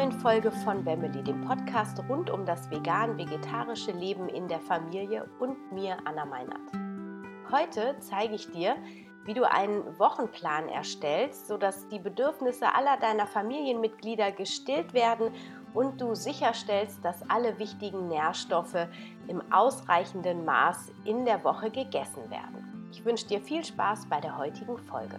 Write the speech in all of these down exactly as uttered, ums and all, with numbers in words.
neuen Folge von Wemmeli, dem Podcast rund um das vegan-vegetarische Leben in der Familie und mir, Anna Meinert. Heute zeige ich dir, wie du einen Wochenplan erstellst, sodass die Bedürfnisse aller deiner Familienmitglieder gestillt werden und du sicherstellst, dass alle wichtigen Nährstoffe im ausreichenden Maß in der Woche gegessen werden. Ich wünsche dir viel Spaß bei der heutigen Folge.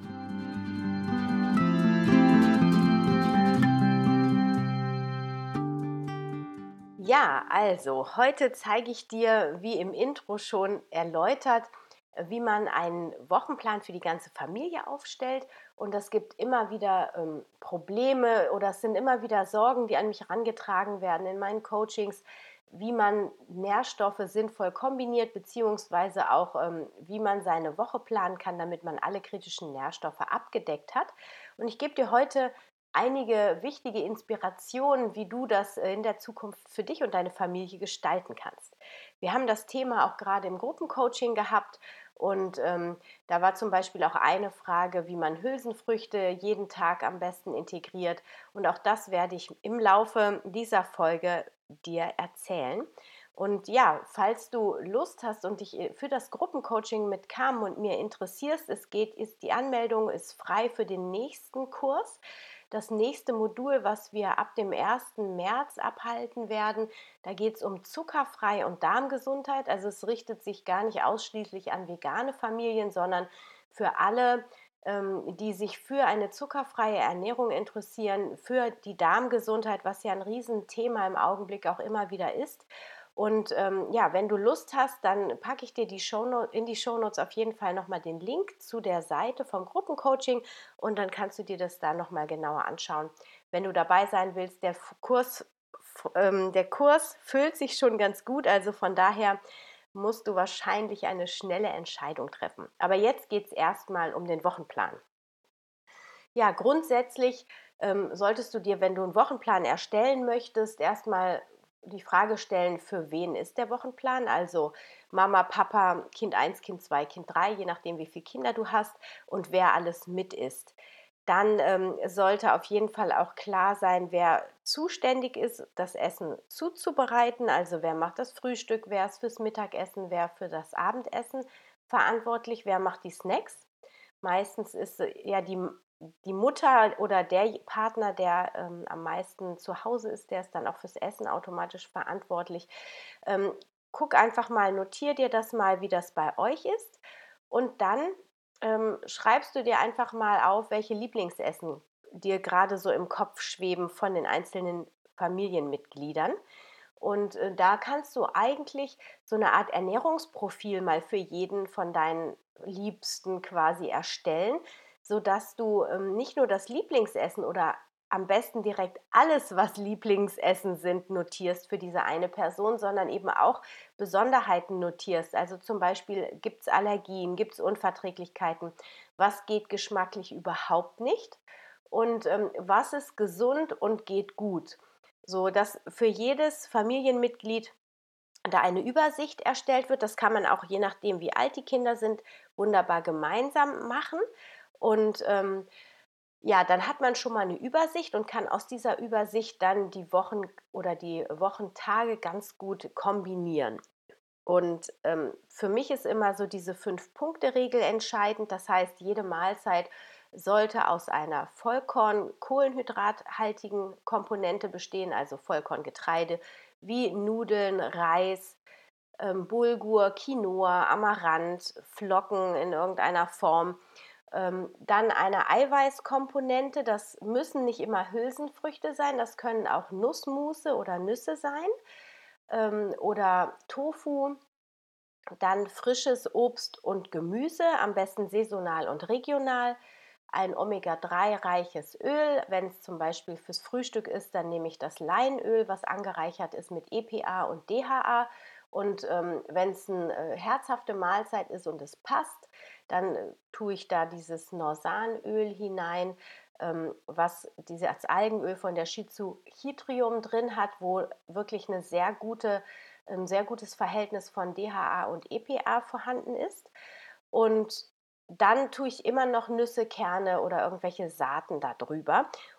Ja, also heute zeige ich dir, wie im Intro schon erläutert, wie man einen Wochenplan für die ganze Familie aufstellt. Und das gibt immer wieder ähm, Probleme oder es sind immer wieder Sorgen, die an mich herangetragen werden in meinen Coachings, wie man Nährstoffe sinnvoll kombiniert, beziehungsweise auch ähm, wie man seine Woche planen kann, damit man alle kritischen Nährstoffe abgedeckt hat. Und ich gebe dir heute einige wichtige Inspirationen, wie du das in der Zukunft für dich und deine Familie gestalten kannst. Wir haben das Thema auch gerade im Gruppencoaching gehabt und ähm, da war zum Beispiel auch eine Frage, wie man Hülsenfrüchte jeden Tag am besten integriert, und auch das werde ich im Laufe dieser Folge dir erzählen. Und ja, falls du Lust hast und dich für das Gruppencoaching mit Carmen und mir interessierst, es geht, ist die Anmeldung ist frei für den nächsten Kurs. Das nächste Modul, was wir ab dem ersten März abhalten werden, da geht es um zuckerfrei und Darmgesundheit. Also es richtet sich gar nicht ausschließlich an vegane Familien, sondern für alle, ähm, die sich für eine zuckerfreie Ernährung interessieren, für die Darmgesundheit, was ja ein Riesenthema im Augenblick auch immer wieder ist. Und ähm, ja, wenn du Lust hast, dann packe ich dir die Shownote, in die Shownotes auf jeden Fall nochmal den Link zu der Seite vom Gruppencoaching und dann kannst du dir das da nochmal genauer anschauen. Wenn du dabei sein willst, der Kurs, ähm, der Kurs füllt sich schon ganz gut, also von daher musst du wahrscheinlich eine schnelle Entscheidung treffen. Aber jetzt geht es erstmal um den Wochenplan. Ja, grundsätzlich ähm, solltest du dir, wenn du einen Wochenplan erstellen möchtest, erstmal die Frage stellen, für wen ist der Wochenplan? Also Mama, Papa, Kind eins, Kind zwei, Kind drei, je nachdem, wie viele Kinder du hast und wer alles mit ist. Dann ähm, sollte auf jeden Fall auch klar sein, wer zuständig ist, das Essen zuzubereiten. Also wer macht das Frühstück, wer ist fürs Mittagessen, wer für das Abendessen verantwortlich, wer macht die Snacks. Meistens ist äh, ja die, die Mutter oder der Partner, der ähm, am meisten zu Hause ist, der ist dann auch fürs Essen automatisch verantwortlich. Ähm, guck einfach mal, notier dir das mal, wie das bei euch ist. Und dann ähm, schreibst du dir einfach mal auf, welche Lieblingsessen dir gerade so im Kopf schweben von den einzelnen Familienmitgliedern. Und äh, da kannst du eigentlich so eine Art Ernährungsprofil mal für jeden von deinen Liebsten quasi erstellen, sodass du ähm, nicht nur das Lieblingsessen oder am besten direkt alles, was Lieblingsessen sind, notierst für diese eine Person, sondern eben auch Besonderheiten notierst. Also zum Beispiel, gibt es Allergien, gibt es Unverträglichkeiten, was geht geschmacklich überhaupt nicht und ähm, was ist gesund und geht gut. So dass für jedes Familienmitglied da eine Übersicht erstellt wird. Das kann man auch, je nachdem, wie alt die Kinder sind, wunderbar gemeinsam machen. Und ähm, ja, dann hat man schon mal eine Übersicht und kann aus dieser Übersicht dann die Wochen oder die Wochentage ganz gut kombinieren. Und ähm, für mich ist immer so diese Fünf-Punkte-Regel entscheidend. Das heißt, jede Mahlzeit sollte aus einer Vollkorn-kohlenhydrathaltigen Komponente bestehen, also Vollkorngetreide wie Nudeln, Reis, ähm, Bulgur, Quinoa, Amaranth, Flocken in irgendeiner Form. Ähm, dann eine Eiweißkomponente, das müssen nicht immer Hülsenfrüchte sein, das können auch Nussmusse oder Nüsse sein ähm, oder Tofu. Dann frisches Obst und Gemüse, am besten saisonal und regional. Ein Omega drei reiches Öl, wenn es zum Beispiel fürs Frühstück ist, dann nehme ich das Leinöl, was angereichert ist mit E P A und D H A. Und ähm, wenn es eine äh, herzhafte Mahlzeit ist und es passt, dann äh, tue ich da dieses Norsanöl hinein, ähm, was dieses Algenöl von der Schizofytrium drin hat, wo wirklich eine sehr gute ein sehr gutes Verhältnis von D H A und E P A vorhanden ist. Und dann tue ich immer noch Nüsse, Kerne oder irgendwelche Saaten da drüber.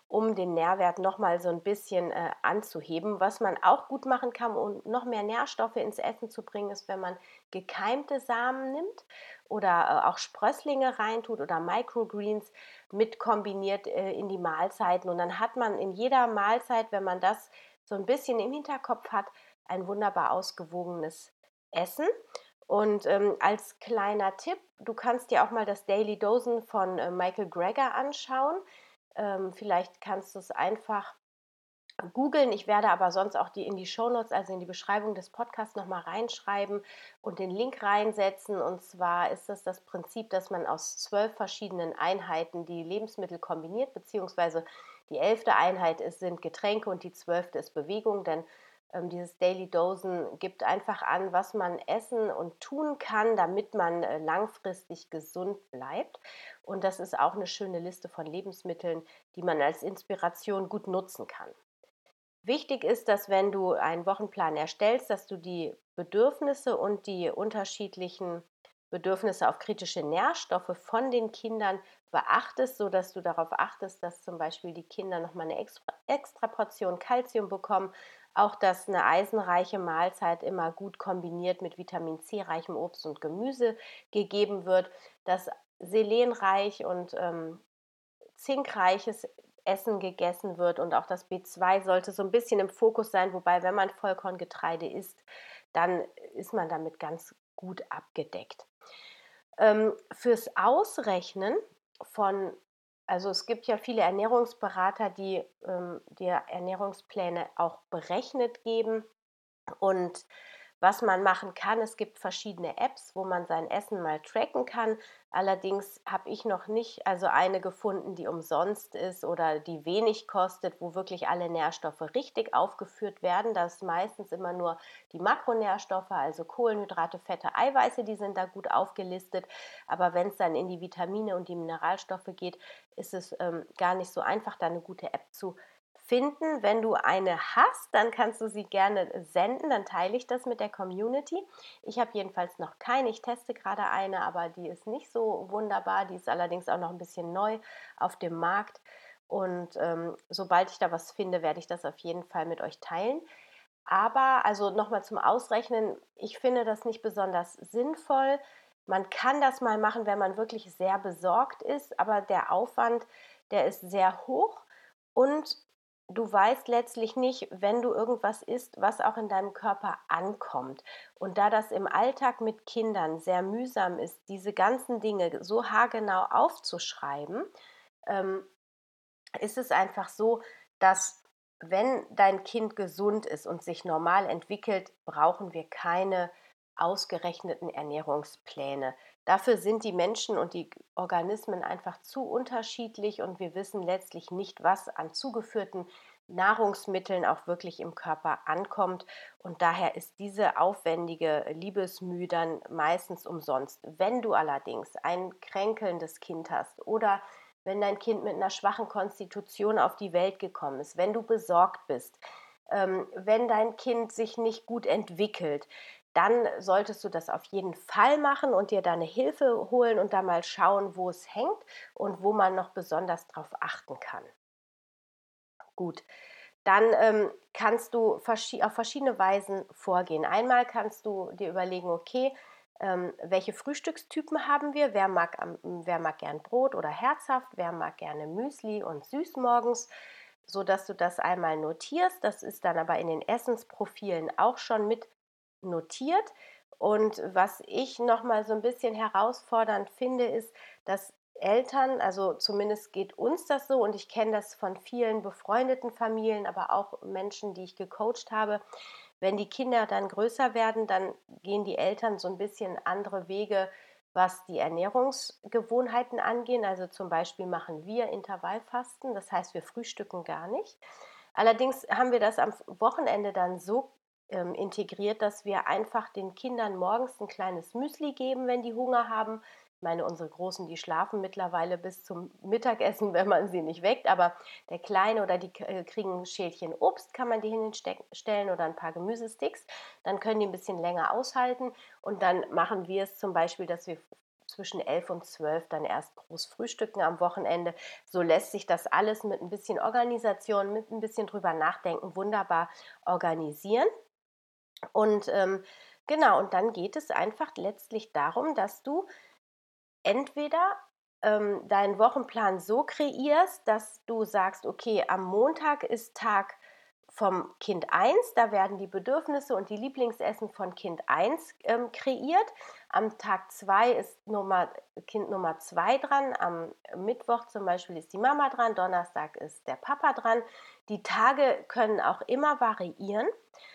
um den Nährwert noch mal so ein bisschen, äh, anzuheben. Was man auch gut machen kann, um noch mehr Nährstoffe ins Essen zu bringen, ist, wenn man gekeimte Samen nimmt oder, äh, auch Sprösslinge reintut oder Microgreens mit kombiniert, äh, in die Mahlzeiten. Und dann hat man in jeder Mahlzeit, wenn man das so ein bisschen im Hinterkopf hat, ein wunderbar ausgewogenes Essen. Und, ähm, als kleiner Tipp, du kannst dir auch mal das Daily Dosen von, äh, Michael Greger anschauen. Ähm, vielleicht kannst du es einfach googeln. Ich werde aber sonst auch die in die Shownotes, also in die Beschreibung des Podcasts noch mal reinschreiben und den Link reinsetzen. Und zwar ist das das Prinzip, dass man aus zwölf verschiedenen Einheiten die Lebensmittel kombiniert, beziehungsweise die elfte Einheit ist, sind Getränke und die zwölfte ist Bewegung, denn ähm, dieses Daily Dosen gibt einfach an, was man essen und tun kann, damit man äh, langfristig gesund bleibt. Und das ist auch eine schöne Liste von Lebensmitteln, die man als Inspiration gut nutzen kann. Wichtig ist, dass wenn du einen Wochenplan erstellst, dass du die Bedürfnisse und die unterschiedlichen Bedürfnisse auf kritische Nährstoffe von den Kindern beachtest, sodass du darauf achtest, dass zum Beispiel die Kinder nochmal eine extra, extra Portion Kalzium bekommen, auch dass eine eisenreiche Mahlzeit immer gut kombiniert mit Vitamin C reichem Obst und Gemüse gegeben wird, dass selenreich und ähm, zinkreiches Essen gegessen wird und auch das B zwei sollte so ein bisschen im Fokus sein, wobei, wenn man Vollkorngetreide isst, dann ist man damit ganz gut abgedeckt. Ähm, fürs Ausrechnen von also, es gibt ja viele Ernährungsberater, die, ähm, dir Ernährungspläne auch berechnet geben. Und was man machen kann, es gibt verschiedene Apps, wo man sein Essen mal tracken kann. Allerdings habe ich noch nicht also eine gefunden, die umsonst ist oder die wenig kostet, wo wirklich alle Nährstoffe richtig aufgeführt werden. Das ist meistens immer nur die Makronährstoffe, also Kohlenhydrate, Fette, Eiweiße, die sind da gut aufgelistet. Aber wenn es dann in die Vitamine und die Mineralstoffe geht, ist es ähm, gar nicht so einfach, da eine gute App zu finden. Wenn du eine hast, dann kannst du sie gerne senden, dann teile ich das mit der Community. Ich habe jedenfalls noch keine, ich teste gerade eine, aber die ist nicht so wunderbar, die ist allerdings auch noch ein bisschen neu auf dem Markt und ähm, sobald ich da was finde, werde ich das auf jeden Fall mit euch teilen. Aber also nochmal zum Ausrechnen, ich finde das nicht besonders sinnvoll. Man kann das mal machen, wenn man wirklich sehr besorgt ist, aber der Aufwand, der ist sehr hoch und du weißt letztlich nicht, wenn du irgendwas isst, was auch in deinem Körper ankommt. Und da das im Alltag mit Kindern sehr mühsam ist, diese ganzen Dinge so haargenau aufzuschreiben, ähm, ist es einfach so, dass wenn dein Kind gesund ist und sich normal entwickelt, brauchen wir keine ausgerechneten Ernährungspläne. Dafür sind die Menschen und die Organismen einfach zu unterschiedlich und wir wissen letztlich nicht, was an zugeführten Nahrungsmitteln auch wirklich im Körper ankommt. Und daher ist diese aufwendige Liebesmüh dann meistens umsonst. Wenn du allerdings ein kränkelndes Kind hast oder wenn dein Kind mit einer schwachen Konstitution auf die Welt gekommen ist, wenn du besorgt bist, ähm, wenn dein Kind sich nicht gut entwickelt, dann solltest du das auf jeden Fall machen und dir da eine Hilfe holen und da mal schauen, wo es hängt und wo man noch besonders drauf achten kann. Gut, dann ähm, kannst du verschi auf verschiedene Weisen vorgehen. Einmal kannst du dir überlegen, okay, ähm, welche Frühstückstypen haben wir? Wer mag, am, wer mag gern Brot oder herzhaft? Wer mag gerne Müsli und süß morgens? So dass du das einmal notierst. Das ist dann aber in den Essensprofilen auch schon mit notiert. Und was ich noch mal so ein bisschen herausfordernd finde, ist, dass Eltern, also zumindest geht uns das so und ich kenne das von vielen befreundeten Familien, aber auch Menschen, die ich gecoacht habe. Wenn die Kinder dann größer werden, dann gehen die Eltern so ein bisschen andere Wege, was die Ernährungsgewohnheiten angehen. Also, zum Beispiel machen wir Intervallfasten, das heißt, wir frühstücken gar nicht. Allerdings haben wir das am Wochenende dann so ähm, integriert, dass wir einfach den Kindern morgens ein kleines Müsli geben, wenn die Hunger haben. Ich meine, unsere Großen, die schlafen mittlerweile bis zum Mittagessen, wenn man sie nicht weckt, aber der Kleine oder die äh, kriegen ein Schälchen Obst, kann man die hinstellen oder ein paar Gemüsesticks. Dann können die ein bisschen länger aushalten und dann machen wir es zum Beispiel, dass wir zwischen elf und zwölf dann erst groß frühstücken am Wochenende. So lässt sich das alles mit ein bisschen Organisation, mit ein bisschen drüber nachdenken, wunderbar organisieren. Und ähm, genau, und dann geht es einfach letztlich darum, dass du entweder ähm, deinen Wochenplan so kreierst, dass du sagst, okay, am Montag ist Tag vom Kind eins, da werden die Bedürfnisse und die Lieblingsessen von Kind eins ähm, kreiert. Am Tag zwei ist Nummer, Kind Nummer zwei dran, am Mittwoch zum Beispiel ist die Mama dran, Donnerstag ist der Papa dran. Die Tage können auch immer variieren.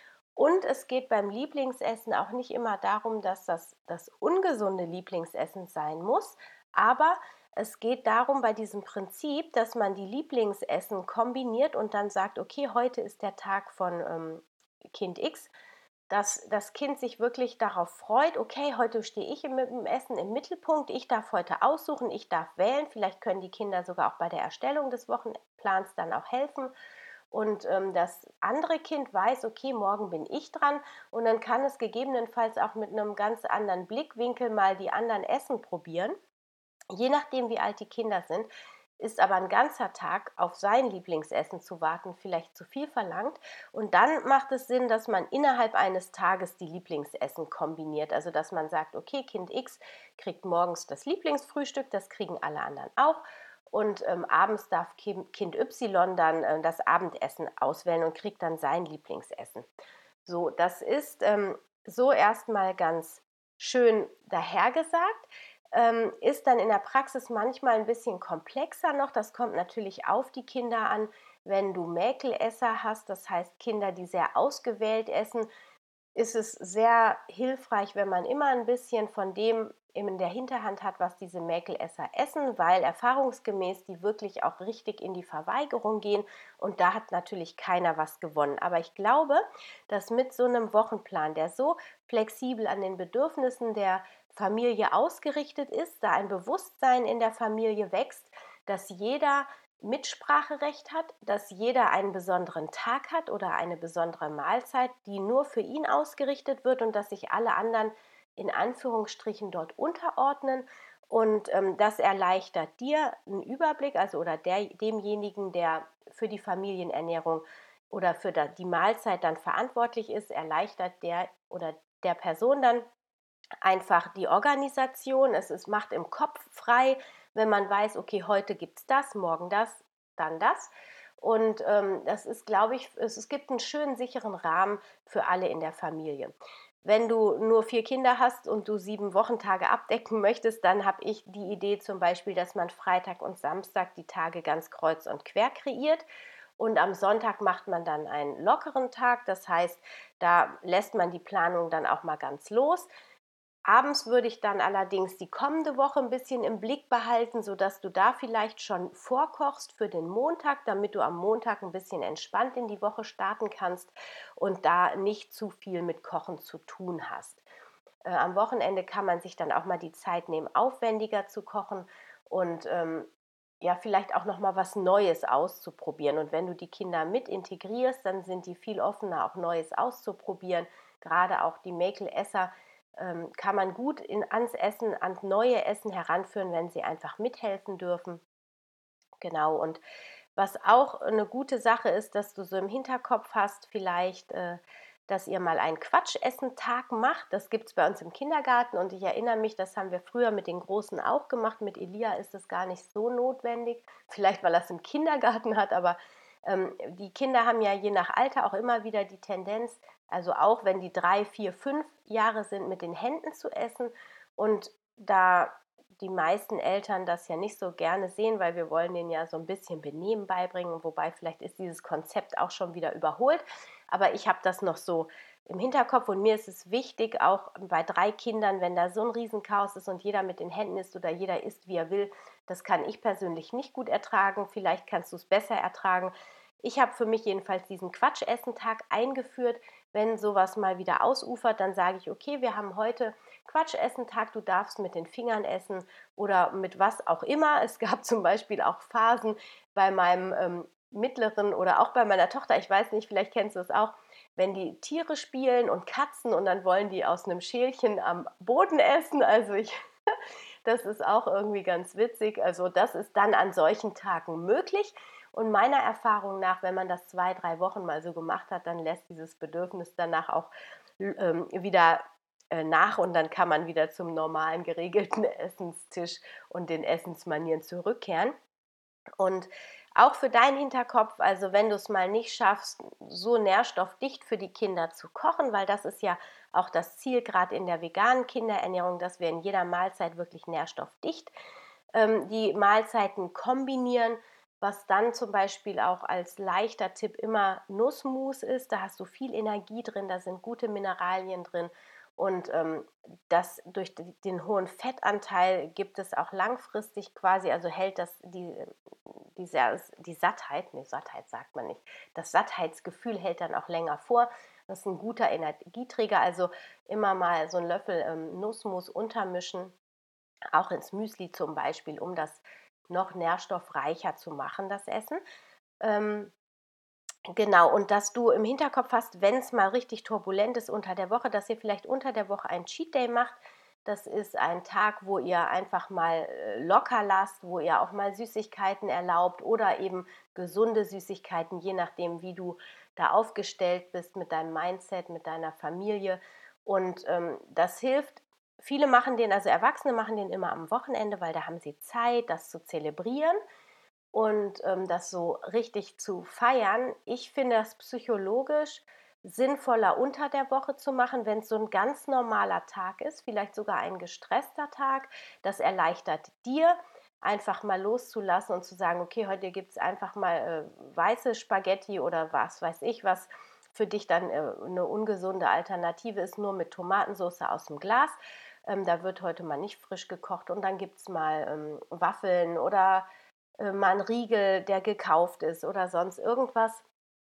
Und es geht beim Lieblingsessen auch nicht immer darum, dass das das ungesunde Lieblingsessen sein muss, aber es geht darum bei diesem Prinzip, dass man die Lieblingsessen kombiniert und dann sagt, okay, heute ist der Tag von ähm, Kind X, dass das Kind sich wirklich darauf freut, okay, heute stehe ich mit dem Essen im Mittelpunkt, ich darf heute aussuchen, ich darf wählen, vielleicht können die Kinder sogar auch bei der Erstellung des Wochenplans dann auch helfen und ähm, das andere Kind weiß, okay, morgen bin ich dran und dann kann es gegebenenfalls auch mit einem ganz anderen Blickwinkel mal die anderen Essen probieren. Je nachdem, wie alt die Kinder sind, ist aber ein ganzer Tag auf sein Lieblingsessen zu warten vielleicht zu viel verlangt. Und dann macht es Sinn, dass man innerhalb eines Tages die Lieblingsessen kombiniert. Also dass man sagt, okay, Kind X kriegt morgens das Lieblingsfrühstück, das kriegen alle anderen auch. Und ähm, abends darf Kind Y dann äh, das Abendessen auswählen und kriegt dann sein Lieblingsessen. So, das ist ähm, so erstmal ganz schön dahergesagt, ähm, ist dann in der Praxis manchmal ein bisschen komplexer noch. Das kommt natürlich auf die Kinder an. Wenn du Mäkelesser hast, das heißt Kinder, die sehr ausgewählt essen, ist es sehr hilfreich, wenn man immer ein bisschen von dem in der Hinterhand hat, was diese Mäkelesser essen, weil erfahrungsgemäß die wirklich auch richtig in die Verweigerung gehen und da hat natürlich keiner was gewonnen. Aber ich glaube, dass mit so einem Wochenplan, der so flexibel an den Bedürfnissen der Familie ausgerichtet ist, da ein Bewusstsein in der Familie wächst, dass jeder Mitspracherecht hat, dass jeder einen besonderen Tag hat oder eine besondere Mahlzeit, die nur für ihn ausgerichtet wird und dass sich alle anderen in Anführungsstrichen dort unterordnen. Und ähm, das erleichtert dir einen Überblick, also oder der, demjenigen, der für die Familienernährung oder für die Mahlzeit dann verantwortlich ist, erleichtert der oder der Person dann einfach die Organisation. Es ist, macht im Kopf frei, wenn man weiß, okay, heute gibt es das, morgen das, dann das. Und ähm, das ist, glaube ich, es, es gibt einen schönen, sicheren Rahmen für alle in der Familie. Wenn du nur vier Kinder hast und du sieben Wochentage abdecken möchtest, dann habe ich die Idee zum Beispiel, dass man Freitag und Samstag die Tage ganz kreuz und quer kreiert. Und am Sonntag macht man dann einen lockeren Tag. Das heißt, da lässt man die Planung dann auch mal ganz los. Abends würde ich dann allerdings die kommende Woche ein bisschen im Blick behalten, sodass du da vielleicht schon vorkochst für den Montag, damit du am Montag ein bisschen entspannt in die Woche starten kannst und da nicht zu viel mit Kochen zu tun hast. Äh, am Wochenende kann man sich dann auch mal die Zeit nehmen, aufwendiger zu kochen und ähm, ja, vielleicht auch noch mal was Neues auszuprobieren. Und wenn du die Kinder mit integrierst, dann sind die viel offener, auch Neues auszuprobieren. Gerade auch die Mäkelesser ähm, kann man gut in, ans Essen, ans neue Essen heranführen, wenn sie einfach mithelfen dürfen. Genau, und was auch eine gute Sache ist, dass du so im Hinterkopf hast, vielleicht, äh, dass ihr mal einen Quatschessentag macht. Das gibt es bei uns im Kindergarten und ich erinnere mich, das haben wir früher mit den Großen auch gemacht. Mit Elia ist das gar nicht so notwendig. Vielleicht, weil er es im Kindergarten hat, aber ähm, die Kinder haben ja je nach Alter auch immer wieder die Tendenz, also auch wenn die drei, vier, fünf Jahre sind, mit den Händen zu essen. Und da die meisten Eltern das ja nicht so gerne sehen, weil wir wollen denen ja so ein bisschen Benehmen beibringen, wobei vielleicht ist dieses Konzept auch schon wieder überholt. Aber ich habe das noch so im Hinterkopf und mir ist es wichtig, auch bei drei Kindern, wenn da so ein Riesenchaos ist und jeder mit den Händen isst oder jeder isst, wie er will, das kann ich persönlich nicht gut ertragen. Vielleicht kannst du es besser ertragen. Ich habe für mich jedenfalls diesen Quatschessentag eingeführt. Wenn sowas mal wieder ausufert, dann sage ich, okay, wir haben heute Quatschessentag, du darfst mit den Fingern essen oder mit was auch immer. Es gab zum Beispiel auch Phasen bei meinem ähm, Mittleren oder auch bei meiner Tochter, ich weiß nicht, vielleicht kennst du es auch, wenn die Tiere spielen und Katzen und dann wollen die aus einem Schälchen am Boden essen. Also ich Das ist auch irgendwie ganz witzig. Also das ist dann an solchen Tagen möglich. Und meiner Erfahrung nach, wenn man das zwei, drei Wochen mal so gemacht hat, dann lässt dieses Bedürfnis danach auch ähm, wieder äh, nach und dann kann man wieder zum normalen geregelten Essenstisch und den Essensmanieren zurückkehren. Und auch für deinen Hinterkopf, also wenn du es mal nicht schaffst, so nährstoffdicht für die Kinder zu kochen, weil das ist ja auch das Ziel gerade in der veganen Kinderernährung, dass wir in jeder Mahlzeit wirklich nährstoffdicht ähm, die Mahlzeiten kombinieren, was dann zum Beispiel auch als leichter Tipp immer Nussmus ist. Da hast du viel Energie drin, da sind gute Mineralien drin. Und ähm, das durch den hohen Fettanteil gibt es auch langfristig quasi, also hält das die, die, die Sattheit, nee, Sattheit sagt man nicht, das Sattheitsgefühl hält dann auch länger vor. Das ist ein guter Energieträger, also immer mal so einen Löffel ähm, Nussmus untermischen, auch ins Müsli zum Beispiel, um das noch nährstoffreicher zu machen, das Essen. Ähm, genau, und dass du im Hinterkopf hast, wenn es mal richtig turbulent ist unter der Woche, dass ihr vielleicht unter der Woche einen Cheat Day macht. Das ist ein Tag, wo ihr einfach mal äh, locker lasst, wo ihr auch mal Süßigkeiten erlaubt oder eben gesunde Süßigkeiten, je nachdem, wie du da aufgestellt bist mit deinem Mindset, mit deiner Familie. Und ähm, das hilft. Viele machen den, also Erwachsene machen den immer am Wochenende, weil da haben sie Zeit, das zu zelebrieren und ähm, das so richtig zu feiern. Ich finde das psychologisch sinnvoller unter der Woche zu machen, wenn es so ein ganz normaler Tag ist, vielleicht sogar ein gestresster Tag. Das erleichtert dir, einfach mal loszulassen und zu sagen, okay, heute gibt es einfach mal äh, weiße Spaghetti oder was weiß ich, was für dich dann äh, eine ungesunde Alternative ist, nur mit Tomatensauce aus dem Glas. Ähm, da wird heute mal nicht frisch gekocht und dann gibt es mal ähm, Waffeln oder äh, mal 'n Riegel, der gekauft ist oder sonst irgendwas.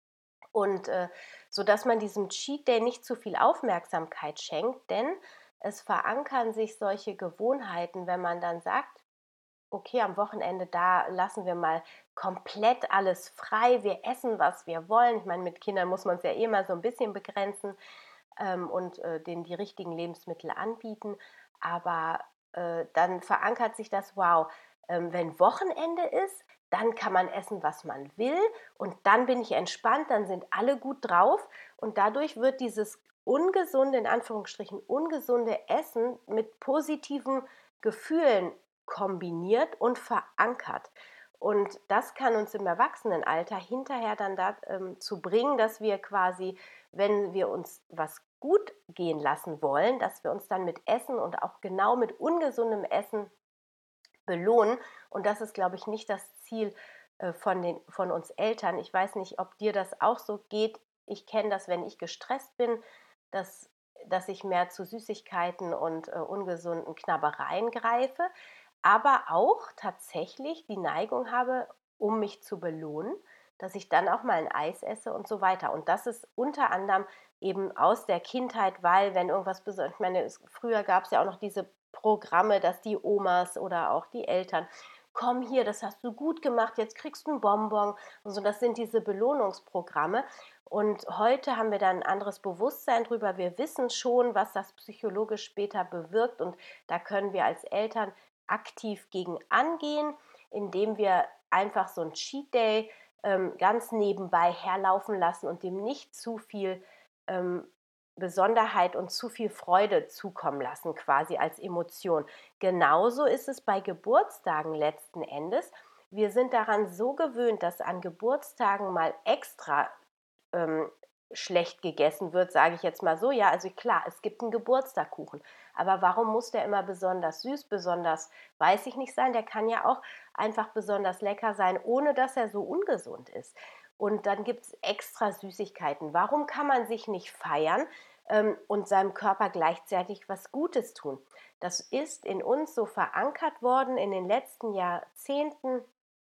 Und äh, so dass man diesem Cheat Day nicht zu viel Aufmerksamkeit schenkt, denn es verankern sich solche Gewohnheiten, wenn man dann sagt, okay, am Wochenende, da lassen wir mal komplett alles frei, wir essen, was wir wollen. Ich meine, mit Kindern muss man es ja eh mal so ein bisschen begrenzen ähm, und äh, denen die richtigen Lebensmittel anbieten. Aber äh, dann verankert sich das, wow, ähm, wenn Wochenende ist, dann kann man essen, was man will und dann bin ich entspannt, dann sind alle gut drauf und dadurch wird dieses ungesunde, in Anführungsstrichen ungesunde Essen mit positiven Gefühlen kombiniert und verankert. Und das kann uns im Erwachsenenalter hinterher dann dazu ähm, bringen, dass wir quasi, wenn wir uns was gut gehen lassen wollen, dass wir uns dann mit Essen und auch genau mit ungesundem Essen belohnen. Und das ist, glaube ich, nicht das Ziel äh, von, den, von uns Eltern. Ich weiß nicht, ob dir das auch so geht. Ich kenne das, wenn ich gestresst bin, dass, dass ich mehr zu Süßigkeiten und äh, ungesunden Knabbereien greife, aber auch tatsächlich die Neigung habe, um mich zu belohnen, dass ich dann auch mal ein Eis esse und so weiter. Und das ist unter anderem eben aus der Kindheit, weil wenn irgendwas besonders, ich meine, es, früher gab es ja auch noch diese Programme, dass die Omas oder auch die Eltern, komm hier, das hast du gut gemacht, jetzt kriegst du ein Bonbon und so, das sind diese Belohnungsprogramme. Und heute haben wir da ein anderes Bewusstsein drüber. Wir wissen schon, was das psychologisch später bewirkt und da können wir als Eltern aktiv gegen angehen, indem wir einfach so ein Cheat Day ähm, ganz nebenbei herlaufen lassen und dem nicht zu viel ähm, Besonderheit und zu viel Freude zukommen lassen, quasi als Emotion. Genauso ist es bei Geburtstagen letzten Endes. Wir sind daran so gewöhnt, dass an Geburtstagen mal extra ähm, schlecht gegessen wird, sage ich jetzt mal so. Ja, also klar, es gibt einen Geburtstagkuchen. Aber warum muss der immer besonders süß, besonders, weiß ich nicht, sein? Der kann ja auch einfach besonders lecker sein, ohne dass er so ungesund ist. Und dann gibt es extra Süßigkeiten. Warum kann man sich nicht feiern ähm, und seinem Körper gleichzeitig was Gutes tun? Das ist in uns so verankert worden in den letzten Jahrzehnten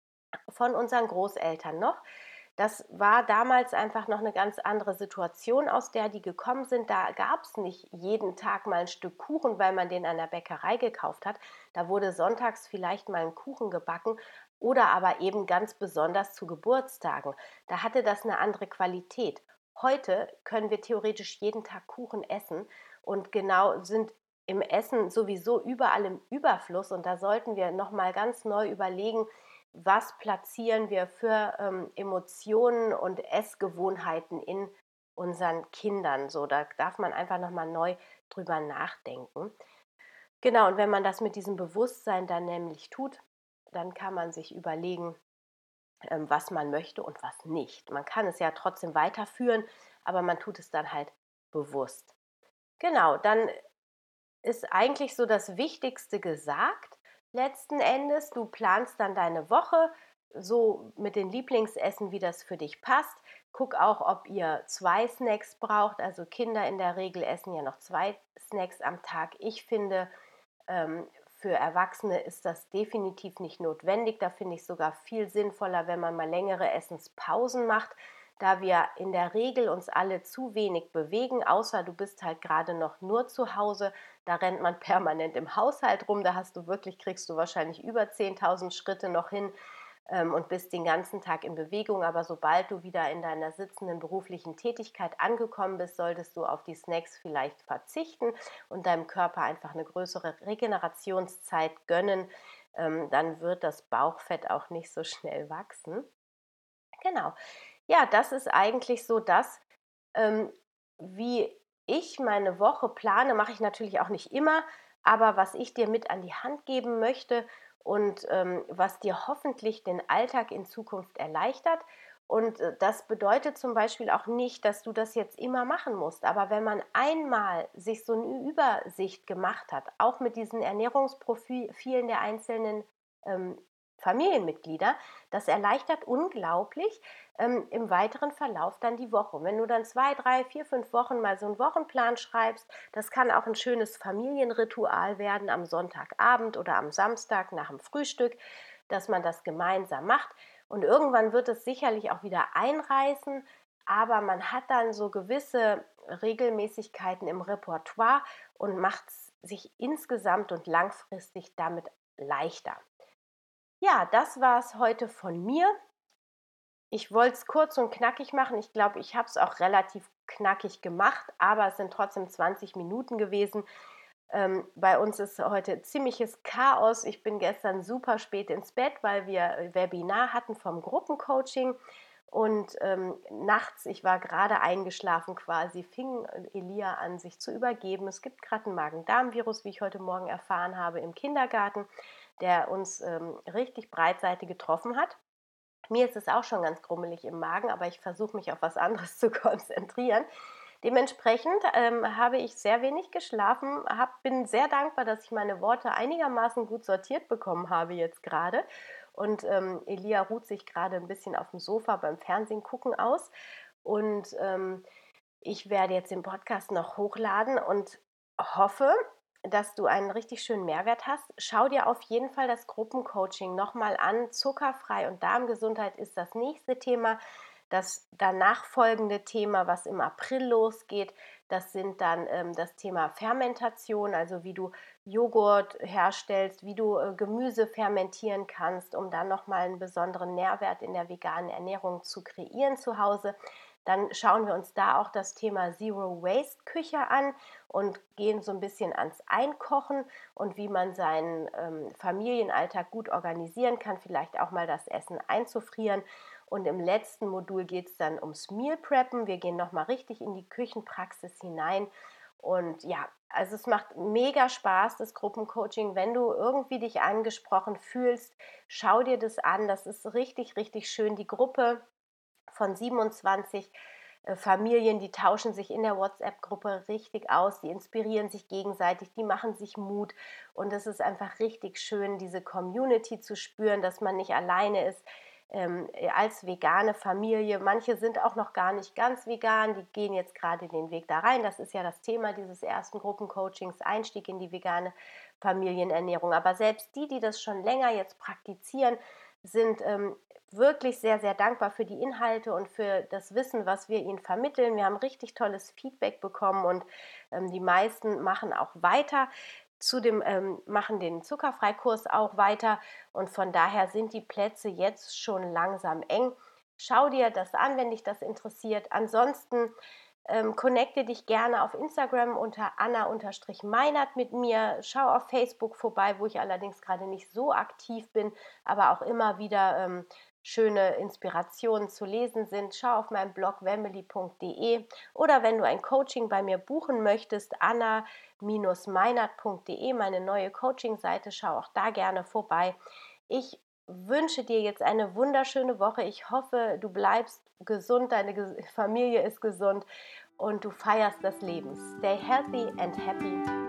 von unseren Großeltern noch. Das war damals einfach noch eine ganz andere Situation, aus der die gekommen sind. Da gab es nicht jeden Tag mal ein Stück Kuchen, weil man den an der Bäckerei gekauft hat. Da wurde sonntags vielleicht mal ein Kuchen gebacken oder aber eben ganz besonders zu Geburtstagen. Da hatte das eine andere Qualität. Heute können wir theoretisch jeden Tag Kuchen essen und genau sind im Essen sowieso überall im Überfluss und da sollten wir noch mal ganz neu überlegen, was platzieren wir für, ähm, Emotionen und Essgewohnheiten in unseren Kindern. So, da darf man einfach noch mal neu drüber nachdenken. Genau, und wenn man das mit diesem Bewusstsein dann nämlich tut, dann kann man sich überlegen, ähm, was man möchte und was nicht. Man kann es ja trotzdem weiterführen, aber man tut es dann halt bewusst. Genau, dann ist eigentlich so das Wichtigste gesagt. Letzten Endes, du planst dann deine Woche so mit den Lieblingsessen, wie das für dich passt. Guck auch, ob ihr zwei Snacks braucht. Also Kinder in der Regel essen ja noch zwei Snacks am Tag. Ich finde, ähm, für Erwachsene ist das definitiv nicht notwendig. Da finde ich sogar viel sinnvoller, wenn man mal längere Essenspausen macht, da wir in der Regel uns alle zu wenig bewegen, außer du bist halt gerade noch nur zu Hause. Da rennt man permanent im Haushalt rum. Da hast du wirklich, kriegst du wahrscheinlich über zehntausend Schritte noch hin ähm, und bist den ganzen Tag in Bewegung. Aber sobald du wieder in deiner sitzenden beruflichen Tätigkeit angekommen bist, solltest du auf die Snacks vielleicht verzichten und deinem Körper einfach eine größere Regenerationszeit gönnen. Ähm, dann wird das Bauchfett auch nicht so schnell wachsen. Genau. Ja, das ist eigentlich so das, ähm, wie ich meine Woche plane, mache ich natürlich auch nicht immer, aber was ich dir mit an die Hand geben möchte und ähm, was dir hoffentlich den Alltag in Zukunft erleichtert. Und äh, das bedeutet zum Beispiel auch nicht, dass du das jetzt immer machen musst. Aber wenn man einmal sich so eine Übersicht gemacht hat, auch mit diesen Ernährungsprofilen der einzelnen ähm, Familienmitglieder, das erleichtert unglaublich, ähm, im weiteren Verlauf dann die Woche. Wenn du dann zwei, drei, vier, fünf Wochen mal so einen Wochenplan schreibst, das kann auch ein schönes Familienritual werden am Sonntagabend oder am Samstag nach dem Frühstück, dass man das gemeinsam macht. Und irgendwann wird es sicherlich auch wieder einreißen, aber man hat dann so gewisse Regelmäßigkeiten im Repertoire und macht es sich insgesamt und langfristig damit leichter. Ja, das war es heute von mir. Ich wollte es kurz und knackig machen. Ich glaube, ich habe es auch relativ knackig gemacht, aber es sind trotzdem zwanzig Minuten gewesen. Ähm, bei uns ist heute ziemliches Chaos. Ich bin gestern super spät ins Bett, weil wir ein Webinar hatten vom Gruppencoaching. Und ähm, nachts, ich war gerade eingeschlafen quasi, fing Elia an, sich zu übergeben. Es gibt gerade ein Magen-Darm-Virus, wie ich heute Morgen erfahren habe, im Kindergarten, der uns ähm, richtig breitseitig getroffen hat. Mir ist es auch schon ganz grummelig im Magen, aber ich versuche mich auf was anderes zu konzentrieren. Dementsprechend ähm, habe ich sehr wenig geschlafen, hab, bin sehr dankbar, dass ich meine Worte einigermaßen gut sortiert bekommen habe jetzt gerade. Und ähm, Elia ruht sich gerade ein bisschen auf dem Sofa beim Fernsehen gucken aus. Und ähm, ich werde jetzt den Podcast noch hochladen und hoffe, dass du einen richtig schönen Mehrwert hast. Schau dir auf jeden Fall das Gruppencoaching nochmal an. Zuckerfrei und Darmgesundheit ist das nächste Thema. Das danach folgende Thema, was im April losgeht, das sind dann ähm, das Thema Fermentation, also wie du Joghurt herstellst, wie du äh, Gemüse fermentieren kannst, um dann nochmal einen besonderen Nährwert in der veganen Ernährung zu kreieren zu Hause. Dann schauen wir uns da auch das Thema Zero Waste Küche an und gehen so ein bisschen ans Einkochen und wie man seinen ähm, Familienalltag gut organisieren kann, vielleicht auch mal das Essen einzufrieren. Und im letzten Modul geht es dann ums Meal Preppen. Wir gehen nochmal richtig in die Küchenpraxis hinein. Und ja, also es macht mega Spaß, das Gruppencoaching. Wenn du irgendwie dich angesprochen fühlst, schau dir das an. Das ist richtig, richtig schön. Die Gruppe von siebenundzwanzig äh, Familien, die tauschen sich in der WhatsApp-Gruppe richtig aus, die inspirieren sich gegenseitig, die machen sich Mut und es ist einfach richtig schön, diese Community zu spüren, dass man nicht alleine ist ähm, als vegane Familie. Manche sind auch noch gar nicht ganz vegan, die gehen jetzt gerade den Weg da rein. Das ist ja das Thema dieses ersten Gruppencoachings, Einstieg in die vegane Familienernährung. Aber selbst die, die das schon länger jetzt praktizieren, sind ähm, wirklich sehr, sehr dankbar für die Inhalte und für das Wissen, was wir ihnen vermitteln. Wir haben richtig tolles Feedback bekommen und ähm, die meisten machen auch weiter. Zudem ähm, machen den Zuckerfreikurs auch weiter und von daher sind die Plätze jetzt schon langsam eng. Schau dir das an, wenn dich das interessiert. Ansonsten Ähm, connecte dich gerne auf Instagram unter Anna-Meinert mit mir. Schau auf Facebook vorbei, wo ich allerdings gerade nicht so aktiv bin, aber auch immer wieder ähm, schöne Inspirationen zu lesen sind. Schau auf meinem Blog wemily punkt de oder wenn du ein Coaching bei mir buchen möchtest, anna-meinert punkt de, meine neue Coaching-Seite. Schau auch da gerne vorbei. Ich wünsche dir jetzt eine wunderschöne Woche. Ich hoffe, du bleibst gesund, deine Familie ist gesund und du feierst das Leben. Stay healthy and happy.